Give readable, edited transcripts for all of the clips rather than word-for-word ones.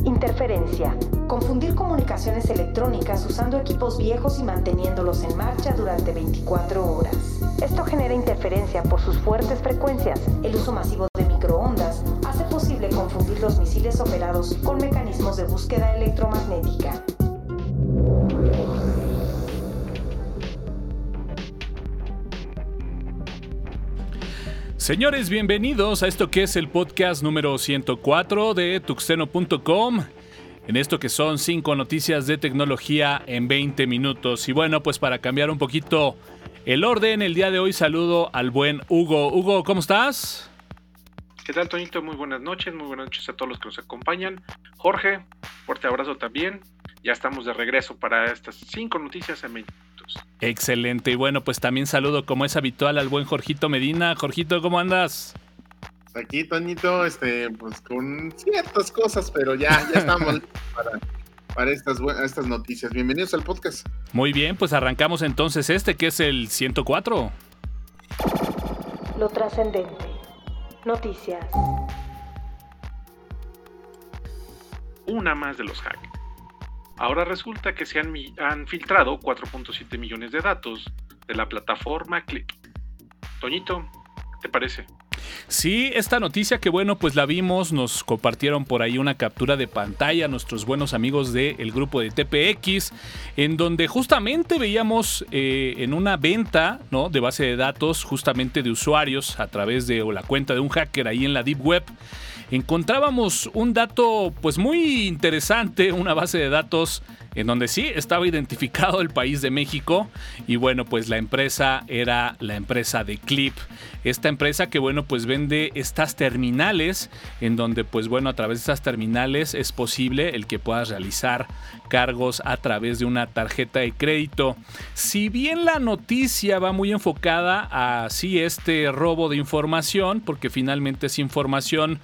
Interferencia. Confundir comunicaciones electrónicas usando equipos viejos y manteniéndolos en marcha durante 24 horas. Esto genera interferencia por sus fuertes frecuencias. El uso masivo de microondas hace posible confundir los misiles operados con mecanismos de búsqueda electromagnética. Señores, bienvenidos a esto que es el podcast número 104 de tuxteno.com. En esto que son 5 noticias de tecnología en 20 minutos. Y bueno, pues para cambiar un poquito el orden, el día de hoy saludo al buen Hugo. Hugo, ¿cómo estás? ¿Qué tal, Toñito? Muy buenas noches a todos los que nos acompañan. Jorge, fuerte abrazo también. Ya estamos de regreso para estas 5 noticias en 20 minutos. Excelente. Y bueno, pues también saludo, como es habitual, al buen Jorgito Medina. Jorgito, ¿cómo andas? Aquí, Toñito, pues con ciertas cosas, pero ya estamos listos para estas noticias. Bienvenidos al podcast. Muy bien, pues arrancamos entonces que es el 104. Lo trascendente. Noticias. Una más de los hackers. Ahora resulta que se han filtrado 4.7 millones de datos de la plataforma Clip. Toñito, ¿qué te parece? Sí, esta noticia que bueno, pues la vimos, nos compartieron por ahí una captura de pantalla nuestros buenos amigos del grupo de TPX, en donde justamente veíamos en una venta, ¿no?, de base de datos justamente de usuarios a través de la cuenta de un hacker ahí en la Deep Web. Encontrábamos un dato pues muy interesante, una base de datos en donde sí estaba identificado el país de México y bueno, pues la empresa era la empresa de Clip. Esta empresa que bueno, pues vende estas terminales en donde pues bueno, a través de estas terminales es posible el que puedas realizar cargos a través de una tarjeta de crédito. Si bien la noticia va muy enfocada a sí este robo de información, porque finalmente es información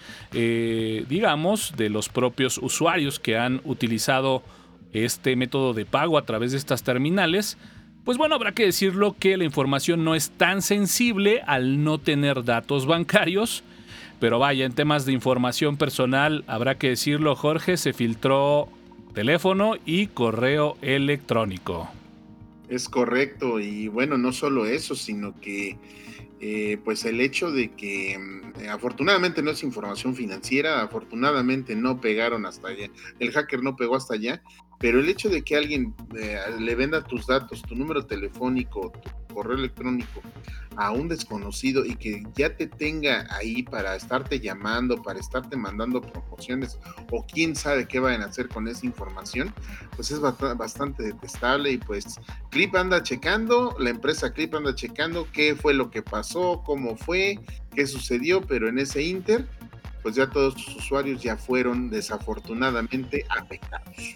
digamos de los propios usuarios que han utilizado este método de pago a través de estas terminales, pues bueno, habrá que decirlo que la información no es tan sensible al no tener datos bancarios, pero vaya, en temas de información personal, habrá que decirlo, Jorge, se filtró teléfono y correo electrónico. Es correcto, y bueno, no solo eso, sino que pues el hecho de que afortunadamente no es información financiera, afortunadamente no pegaron hasta allá, el hacker no pegó hasta allá, pero el hecho de que alguien le venda tus datos, tu número telefónico, tu correo electrónico a un desconocido y que ya te tenga ahí para estarte llamando, para estarte mandando promociones o quién sabe qué vayan a hacer con esa información, pues es bastante detestable. Y pues Clip anda checando, la empresa Clip anda checando qué fue lo que pasó, cómo fue, qué sucedió, pero en ese inter, pues ya todos sus usuarios ya fueron desafortunadamente afectados.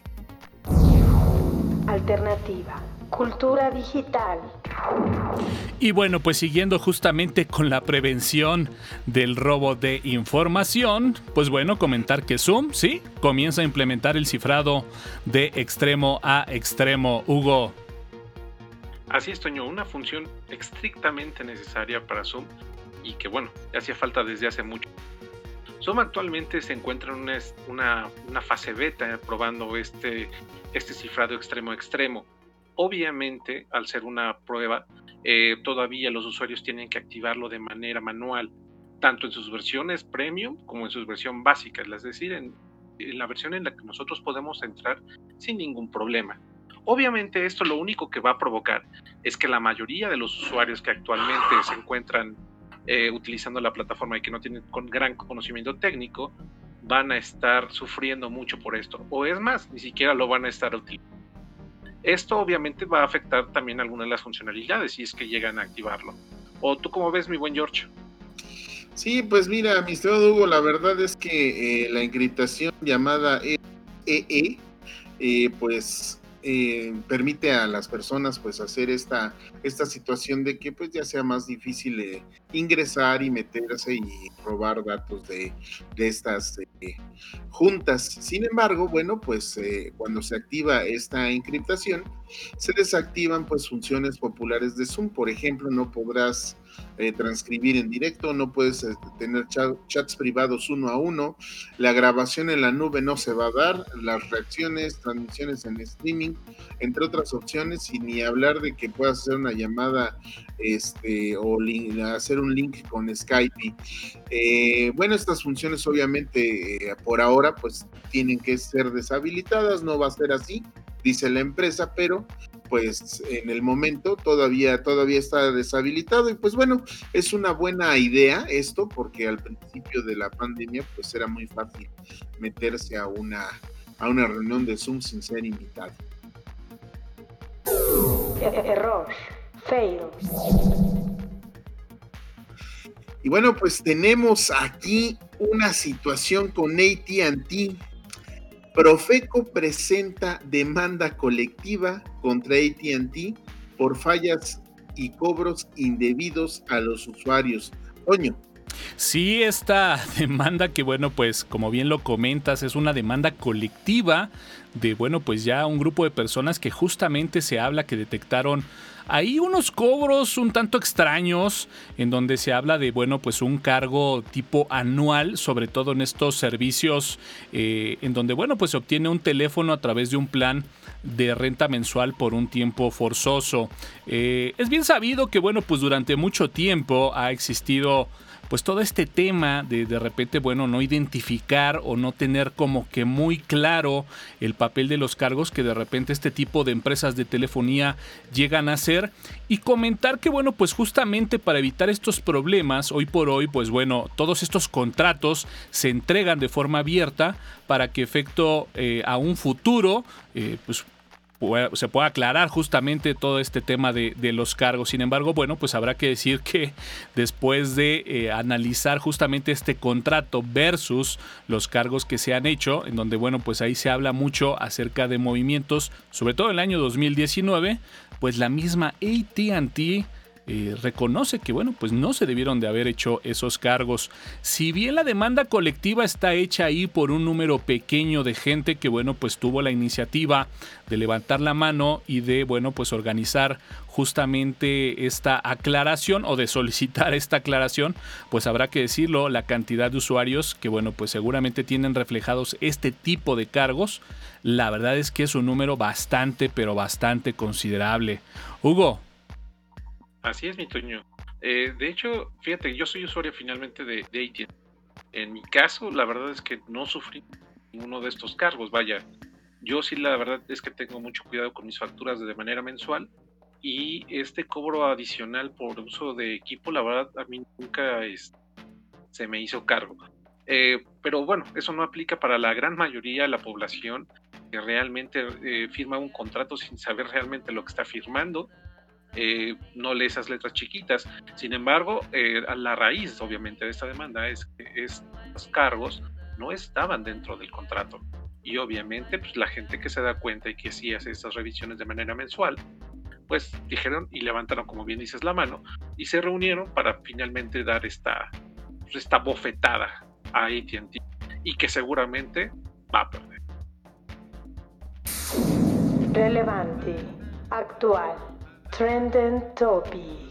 Alternativa. Cultura digital. Y bueno, pues siguiendo justamente con la prevención del robo de información, pues bueno, comentar que Zoom, sí, comienza a implementar el cifrado de extremo a extremo. Hugo. Así es, Toño, una función estrictamente necesaria para Zoom y que bueno, ya hacía falta desde hace mucho. Zoom actualmente se encuentra en una fase beta probando este cifrado extremo a extremo. Obviamente, al ser una prueba, todavía los usuarios tienen que activarlo de manera manual, tanto en sus versiones premium como en su versión básica, es decir, en la versión en la que nosotros podemos entrar sin ningún problema. Obviamente, esto lo único que va a provocar es que la mayoría de los usuarios que actualmente se encuentran utilizando la plataforma y que no tienen gran conocimiento técnico, van a estar sufriendo mucho por esto, o es más, ni siquiera lo van a estar utilizando. Esto obviamente va a afectar también algunas de las funcionalidades si es que llegan a activarlo. ¿O tú cómo ves, mi buen George? Sí, pues mira, mi estimado Hugo, la verdad es que la encriptación llamada EE, pues permite a las personas pues hacer esta situación de que pues ya sea más difícil ingresar y meterse y robar datos de estas juntas. Sin embargo, bueno, pues cuando se activa esta encriptación, se desactivan pues funciones populares de Zoom. Por ejemplo, no podrás transcribir en directo, no puedes tener chats privados uno a uno, la grabación en la nube no se va a dar, las reacciones, transmisiones en streaming, entre otras opciones, y ni hablar de que puedas hacer una llamada o hacer un link con Skype. Bueno, estas funciones obviamente por ahora pues tienen que ser deshabilitadas, no va a ser así, dice la empresa, pero pues en el momento todavía está deshabilitado, y pues bueno, es una buena idea esto, porque al principio de la pandemia pues era muy fácil meterse a una reunión de Zoom sin ser invitado. Error. Fail. Y bueno, pues tenemos aquí una situación con AT&T. Profeco presenta demanda colectiva contra AT&T por fallas y cobros indebidos a los usuarios. Toño. Sí, esta demanda que, bueno, pues como bien lo comentas, es una demanda colectiva de, bueno, pues ya un grupo de personas que justamente se habla que detectaron ahí unos cobros un tanto extraños, en donde se habla de, bueno, pues un cargo tipo anual, sobre todo en estos servicios en donde, bueno, pues se obtiene un teléfono a través de un plan de renta mensual por un tiempo forzoso. Es bien sabido que, bueno, pues durante mucho tiempo ha existido pues todo este tema de repente, bueno, no identificar o no tener como que muy claro el papel de los cargos que de repente este tipo de empresas de telefonía llegan a hacer, y comentar que, bueno, pues justamente para evitar estos problemas, hoy por hoy, pues bueno, todos estos contratos se entregan de forma abierta para que efecto a un futuro, pues se puede aclarar justamente todo este tema de los cargos. Sin embargo, bueno, pues habrá que decir que después de analizar justamente este contrato versus los cargos que se han hecho, en donde, bueno, pues ahí se habla mucho acerca de movimientos, sobre todo en el año 2019, pues la misma AT&T reconoce que, bueno, pues no se debieron de haber hecho esos cargos. Si bien la demanda colectiva está hecha ahí por un número pequeño de gente que, bueno, pues tuvo la iniciativa de levantar la mano y de, bueno, pues organizar justamente esta aclaración o de solicitar esta aclaración, pues habrá que decirlo, la cantidad de usuarios que, bueno, pues seguramente tienen reflejados este tipo de cargos, la verdad es que es un número bastante, pero bastante considerable. Hugo. Así es, mi Toño. De hecho, fíjate, yo soy usuario finalmente de AT&T. En mi caso, la verdad es que no sufrí ninguno de estos cargos. Vaya, yo sí, la verdad es que tengo mucho cuidado con mis facturas de manera mensual, y este cobro adicional por uso de equipo, la verdad, a mí nunca se me hizo cargo. Pero bueno, eso no aplica para la gran mayoría de la población que realmente firma un contrato sin saber realmente lo que está firmando. No lee esas letras chiquitas. Sin embargo, a la raíz obviamente de esta demanda es que estos cargos no estaban dentro del contrato, y obviamente pues la gente que se da cuenta y que sí hace estas revisiones de manera mensual, pues dijeron y levantaron, como bien dices, la mano, y se reunieron para finalmente dar esta bofetada a AT&T, y que seguramente va a perder. Relevante, actual, trending topic.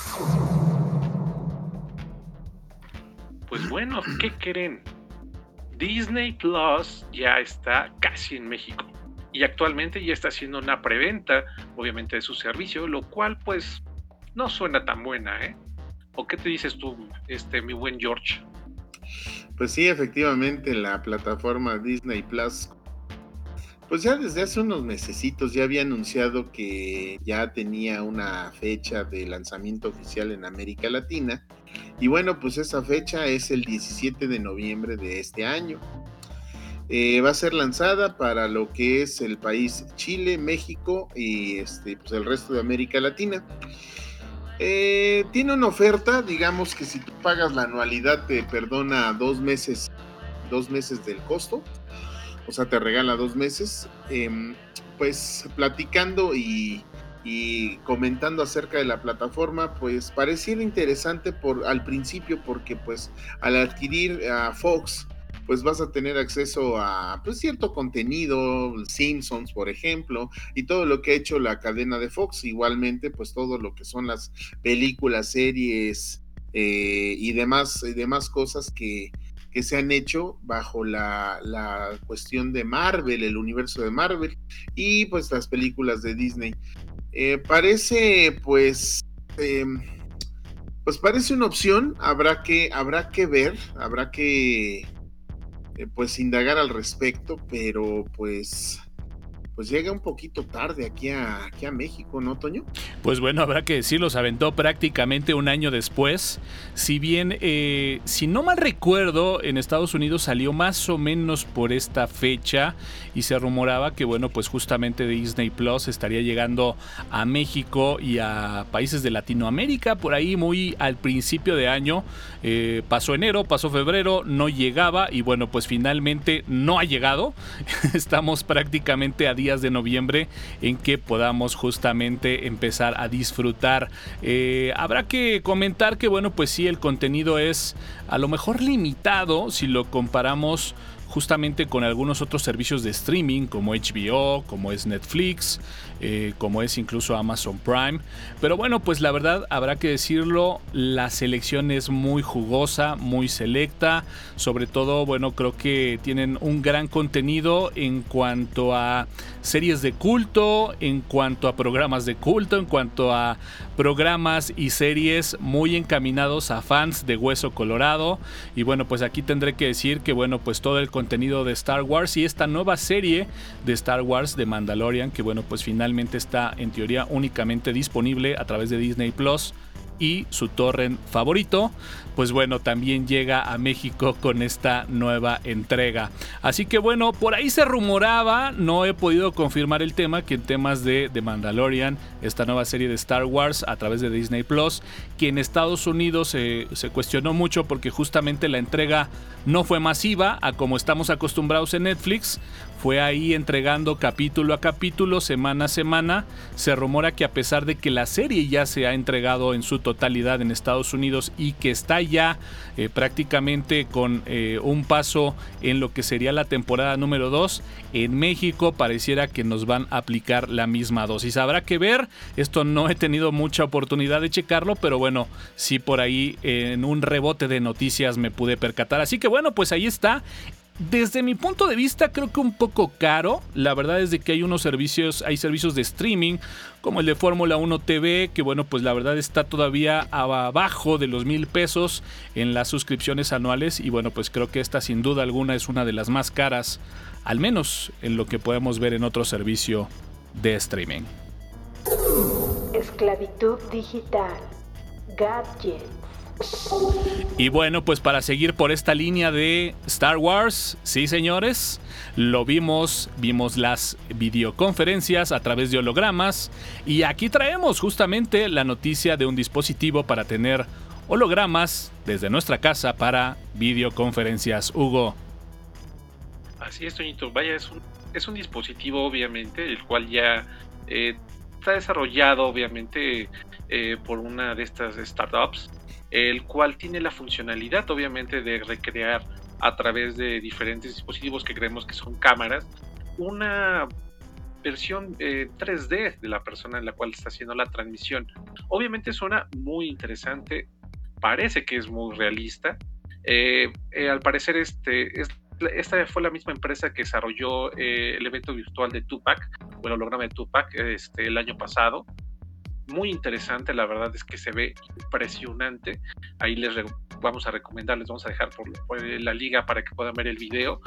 Pues bueno, ¿qué creen? Disney Plus ya está casi en México, y actualmente ya está haciendo una preventa, obviamente, de su servicio, lo cual pues no suena tan buena, ¿eh? ¿O qué te dices tú, mi buen George? Pues sí, efectivamente, la plataforma Disney Plus, pues ya desde hace unos mesecitos ya había anunciado que ya tenía una fecha de lanzamiento oficial en América Latina, y bueno, pues esa fecha es el 17 de noviembre de este año. Va a ser lanzada para lo que es el país Chile, México y pues el resto de América Latina. Tiene una oferta, digamos que si tú pagas la anualidad te perdona 2 meses del costo, o sea, te regala 2 meses. Pues platicando y comentando acerca de la plataforma, pues pareciera interesante al principio, porque pues al adquirir a Fox pues vas a tener acceso a pues, cierto contenido, Simpsons, por ejemplo, y todo lo que ha hecho la cadena de Fox. Igualmente, pues todo lo que son las películas, series y demás cosas que se han hecho bajo la cuestión de Marvel, el universo de Marvel, y pues las películas de Disney. Parece pues parece una opción. Habrá que ver, habrá que pues indagar al respecto, pero pues llega un poquito tarde aquí a México, ¿no, Toño? Pues bueno, habrá que decirlo, se aventó prácticamente un año después. Si bien, si no mal recuerdo, en Estados Unidos salió más o menos por esta fecha y se rumoraba que, bueno, pues justamente Disney Plus estaría llegando a México y a países de Latinoamérica por ahí muy al principio de año. Pasó enero, pasó febrero, no llegaba y bueno, pues finalmente no ha llegado. Estamos prácticamente a días de noviembre en que podamos justamente empezar a disfrutar. Habrá que comentar que bueno, pues sí, el contenido es a lo mejor limitado si lo comparamos justamente con algunos otros servicios de streaming como HBO, como es Netflix, como es incluso Amazon Prime. Pero bueno, pues la verdad habrá que decirlo, la selección es muy jugosa, muy selecta. Sobre todo, bueno, creo que tienen un gran contenido en cuanto a series de culto, en cuanto a programas de culto, en cuanto a programas y series muy encaminados a fans de Hueso Colorado. Y bueno, pues aquí tendré que decir que bueno, pues todo el contenido de Star Wars y esta nueva serie de Star Wars de Mandalorian, que bueno, pues finalmente está en teoría únicamente disponible a través de Disney Plus y su torrent favorito, pues bueno, también llega a México con esta nueva entrega. Así que bueno, por ahí se rumoraba, no he podido confirmar el tema, que en temas de Mandalorian, esta nueva serie de Star Wars a través de Disney Plus, que en Estados Unidos se cuestionó mucho porque justamente la entrega no fue masiva a como estamos acostumbrados en Netflix. Fue ahí entregando capítulo a capítulo, semana a semana. Se rumora que a pesar de que la serie ya se ha entregado en su totalidad en Estados Unidos y que está ya prácticamente con un paso en lo que sería la temporada número 2, en México pareciera que nos van a aplicar la misma dosis. Habrá que ver, esto no he tenido mucha oportunidad de checarlo, pero bueno, sí por ahí en un rebote de noticias me pude percatar. Así que bueno, pues ahí está. Desde mi punto de vista creo que un poco caro. La verdad es de que hay servicios de streaming como el de Fórmula 1 TV, que bueno, pues la verdad está todavía abajo de los $1,000 en las suscripciones anuales. Y bueno, pues creo que esta sin duda alguna es una de las más caras, al menos en lo que podemos ver en otro servicio de streaming. Esclavitud digital. Gadgets. Y bueno, pues para seguir por esta línea de Star Wars, sí señores, lo vimos las videoconferencias a través de hologramas y aquí traemos justamente la noticia de un dispositivo para tener hologramas desde nuestra casa para videoconferencias. Hugo. Así es, Toñito, vaya, es un dispositivo obviamente, el cual ya está desarrollado obviamente por una de estas startups, el cual tiene la funcionalidad obviamente de recrear a través de diferentes dispositivos que creemos que son cámaras, una versión 3D de la persona en la cual está haciendo la transmisión. Obviamente suena muy interesante, parece que es muy realista. Al parecer esta fue la misma empresa que desarrolló el evento virtual de Tupac, o el holograma de Tupac el año pasado. Muy interesante, la verdad es que se ve impresionante. Ahí vamos a dejar por la liga para que puedan ver el video.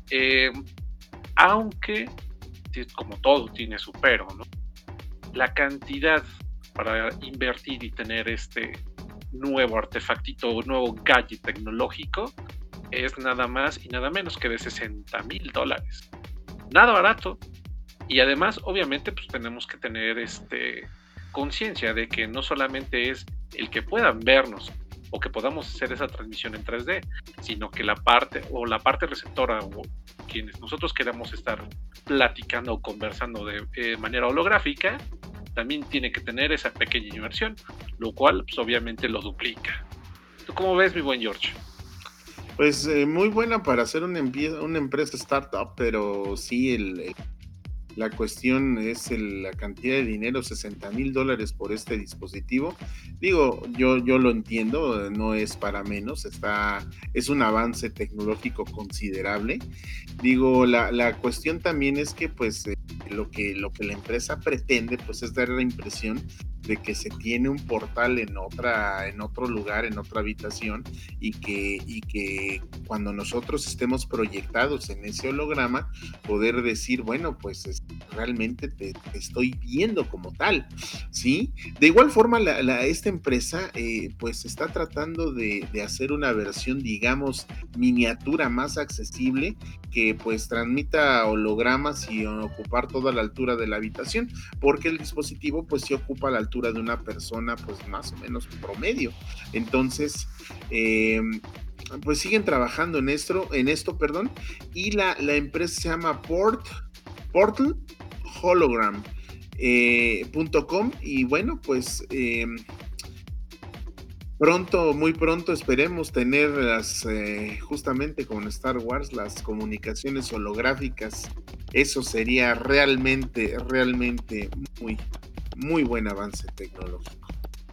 Aunque, como todo tiene su pero, ¿no? La cantidad para invertir y tener este nuevo artefactito, nuevo gadget tecnológico, es nada más y nada menos que de $60,000. Nada barato. Y además, obviamente, pues tenemos que tener conciencia de que no solamente es el que puedan vernos o que podamos hacer esa transmisión en 3D, sino que la parte receptora o quienes nosotros queramos estar platicando o conversando de manera holográfica, también tiene que tener esa pequeña inversión, lo cual pues obviamente lo duplica. ¿Tú cómo ves, mi buen George? Pues muy buena para hacer una empresa startup, pero sí la cuestión es la cantidad de dinero, $60,000 por este dispositivo. Digo, yo lo entiendo, no es para menos, es un avance tecnológico considerable. Digo, la cuestión también es que pues lo que la empresa pretende pues es dar la impresión de que se tiene un portal en otro lugar, en otra habitación, y que cuando nosotros estemos proyectados en ese holograma, poder decir, bueno, pues realmente te estoy viendo como tal, ¿sí? De igual forma, esta empresa pues está tratando de hacer una versión, digamos, miniatura más accesible, que pues transmita hologramas y ocupar toda la altura de la habitación, porque el dispositivo pues sí ocupa la altura de una persona pues más o menos promedio. Entonces pues siguen trabajando en esto, y la empresa se llama Portal Hologram.com, y bueno, pues muy pronto esperemos tener justamente con Star Wars, las comunicaciones holográficas. Eso sería realmente muy, muy buen avance tecnológico.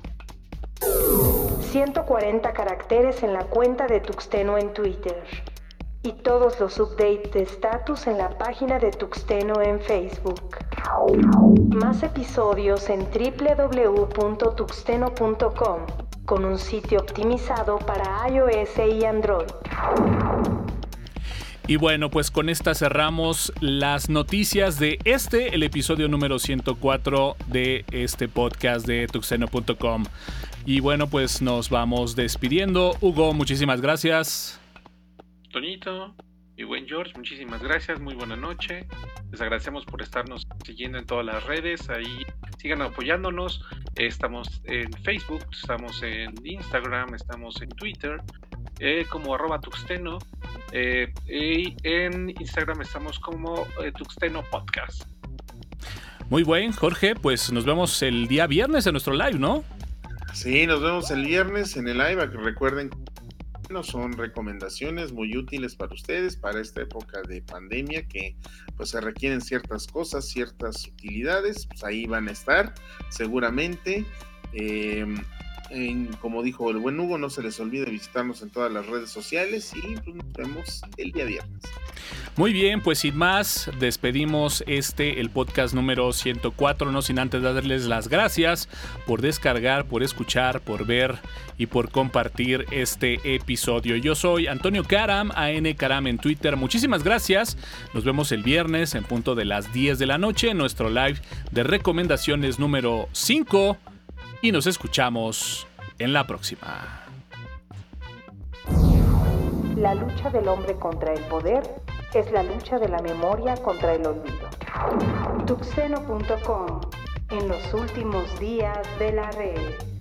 140 caracteres en la cuenta de Tuxteno en Twitter. Y todos los updates de estatus en la página de Tuxteno en Facebook. Más episodios en www.tuxteno.com, con un sitio optimizado para iOS y Android. Y bueno, pues con esta cerramos las noticias de el episodio número 104 de este podcast de tuxteno.com. Y bueno, pues nos vamos despidiendo. Hugo, muchísimas gracias. Toñito y buen George, muchísimas gracias, muy buena noche. Les agradecemos por estarnos siguiendo en todas las redes, ahí sigan apoyándonos. Estamos en Facebook, estamos en Instagram, estamos en Twitter como @Tuxteno, y en Instagram estamos como Tuxteno Podcast. Muy buen, Jorge, pues nos vemos el día viernes en nuestro live, ¿no? Sí, nos vemos el viernes en el live. Recuerden, son recomendaciones muy útiles para ustedes para esta época de pandemia, que pues se requieren ciertas cosas, ciertas utilidades, pues ahí van a estar seguramente. Como dijo el buen Hugo, no se les olvide visitarnos en todas las redes sociales, y pues nos vemos el día viernes. Muy bien, pues sin más, despedimos el podcast número 104, no sin antes darles las gracias por descargar, por escuchar, por ver y por compartir este episodio. Yo soy Antonio Karam, ANKaram en Twitter. Muchísimas gracias. Nos vemos el viernes en punto de las 10 de la noche en nuestro live de recomendaciones número 5, y nos escuchamos en la próxima. La lucha del hombre contra el poder es la lucha de la memoria contra el olvido. Tuxteno.com, en los últimos días de la red.